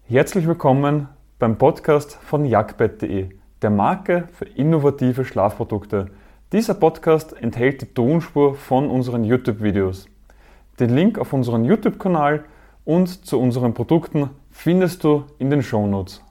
Herzlich willkommen beim Podcast von jagdbett.de, der Marke für innovative Schlafprodukte. Dieser Podcast enthält die Tonspur von unseren YouTube-Videos. Den Link auf unseren YouTube-Kanal und zu unseren Produkten findest du in den Shownotes.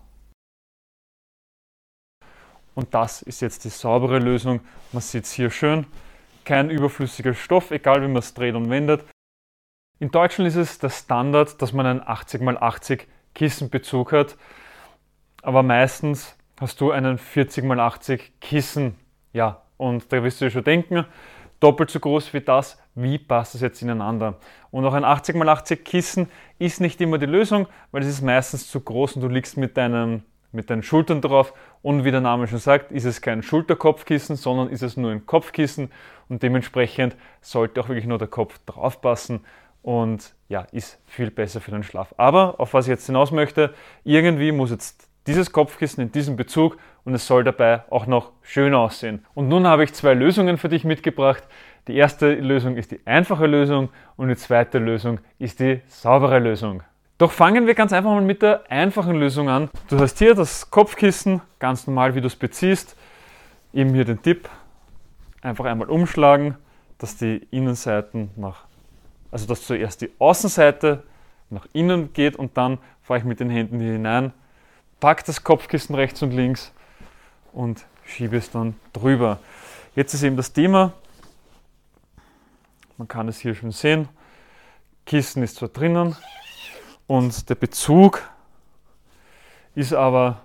Und das ist jetzt die saubere Lösung. Man sieht es hier schön. Kein überflüssiger Stoff, egal wie man es dreht und wendet. In Deutschland ist es der Standard, dass man einen 80x80 Kissenbezug hat, aber meistens hast du einen 40x80 Kissen. Ja, und da wirst du dir schon denken, doppelt so groß wie das, wie passt das jetzt ineinander? Und auch ein 80x80 Kissen ist nicht immer die Lösung, weil es ist meistens zu groß und du liegst mit deinen Schultern drauf und wie der Name schon sagt, ist es kein Schulterkopfkissen, sondern ist es nur ein Kopfkissen und dementsprechend sollte auch wirklich nur der Kopf drauf passen. Und ja, ist viel besser für den Schlaf. Aber auf was ich jetzt hinaus möchte, irgendwie muss jetzt dieses Kopfkissen in diesem Bezug und es soll dabei auch noch schön aussehen. Und nun habe ich zwei Lösungen für dich mitgebracht. Die erste Lösung ist die einfache Lösung und die zweite Lösung ist die saubere Lösung. Doch fangen wir ganz einfach mal mit der einfachen Lösung an. Du hast hier das Kopfkissen, ganz normal wie du es beziehst. Eben hier den Tipp, einfach einmal umschlagen, dass die Innenseiten dass zuerst die Außenseite nach innen geht und dann fahre ich mit den Händen hier hinein, packe das Kopfkissen rechts und links und schiebe es dann drüber. Jetzt ist eben das Thema, man kann es hier schon sehen, Kissen ist zwar drinnen und der Bezug ist aber,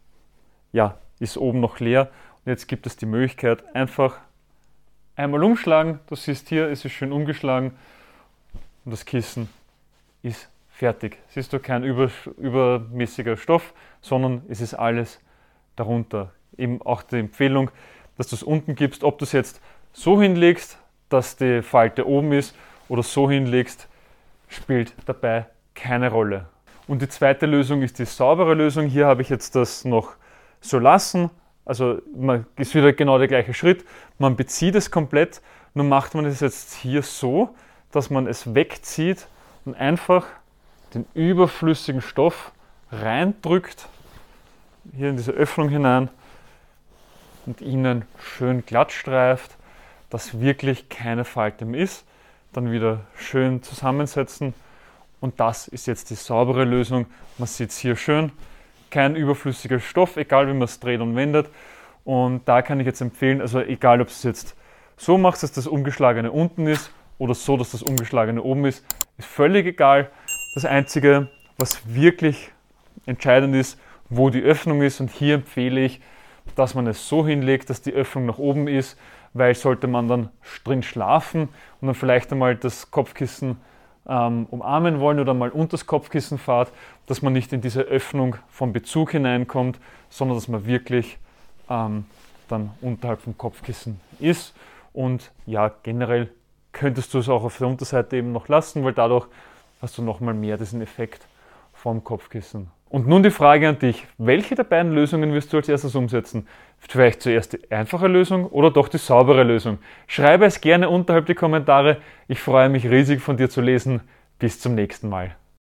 ist oben noch leer und jetzt gibt es die Möglichkeit, einfach einmal umschlagen, du siehst hier, es ist schön umgeschlagen, und das Kissen ist fertig. Siehst du, kein übermäßiger Stoff, sondern es ist alles darunter. Eben auch die Empfehlung, dass du es unten gibst, ob du es jetzt so hinlegst, dass die Falte oben ist oder so hinlegst, spielt dabei keine Rolle. Und die zweite Lösung ist die saubere Lösung. Hier habe ich jetzt das noch so lassen. Also ist wieder genau der gleiche Schritt. Man bezieht es komplett, nur macht man es jetzt hier so, dass man es wegzieht und einfach den überflüssigen Stoff reindrückt, hier in diese Öffnung hinein und innen schön glatt streift, dass wirklich keine Falte mehr ist. Dann wieder schön zusammensetzen und das ist jetzt die saubere Lösung. Man sieht es hier schön, kein überflüssiger Stoff, egal wie man es dreht und wendet. Und da kann ich jetzt empfehlen, also egal ob es jetzt so machst, dass das Umgeschlagene unten ist, oder so, dass das Umgeschlagene oben ist völlig egal. Das Einzige, was wirklich entscheidend ist, wo die Öffnung ist. Und hier empfehle ich, dass man es so hinlegt, dass die Öffnung nach oben ist, weil sollte man dann drin schlafen und dann vielleicht einmal das Kopfkissen umarmen wollen oder mal unter das Kopfkissen fahrt, dass man nicht in diese Öffnung vom Bezug hineinkommt, sondern dass man wirklich dann unterhalb vom Kopfkissen ist. Und ja, generell könntest du es auch auf der Unterseite eben noch lassen, weil dadurch hast du nochmal mehr diesen Effekt vom Kopfkissen. Und nun die Frage an dich, welche der beiden Lösungen wirst du als erstes umsetzen? Vielleicht zuerst die einfache Lösung oder doch die saubere Lösung? Schreibe es gerne unterhalb die Kommentare. Ich freue mich riesig von dir zu lesen. Bis zum nächsten Mal.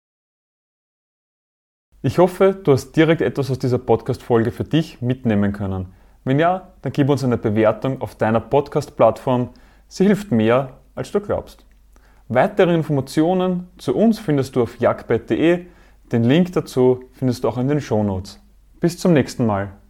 Ich hoffe, du hast direkt etwas aus dieser Podcast-Folge für dich mitnehmen können. Wenn ja, dann gib uns eine Bewertung auf deiner Podcast-Plattform. Sie hilft mehr, als du glaubst. Weitere Informationen zu uns findest du auf jagdbett.de. Den Link dazu findest du auch in den Shownotes. Bis zum nächsten Mal.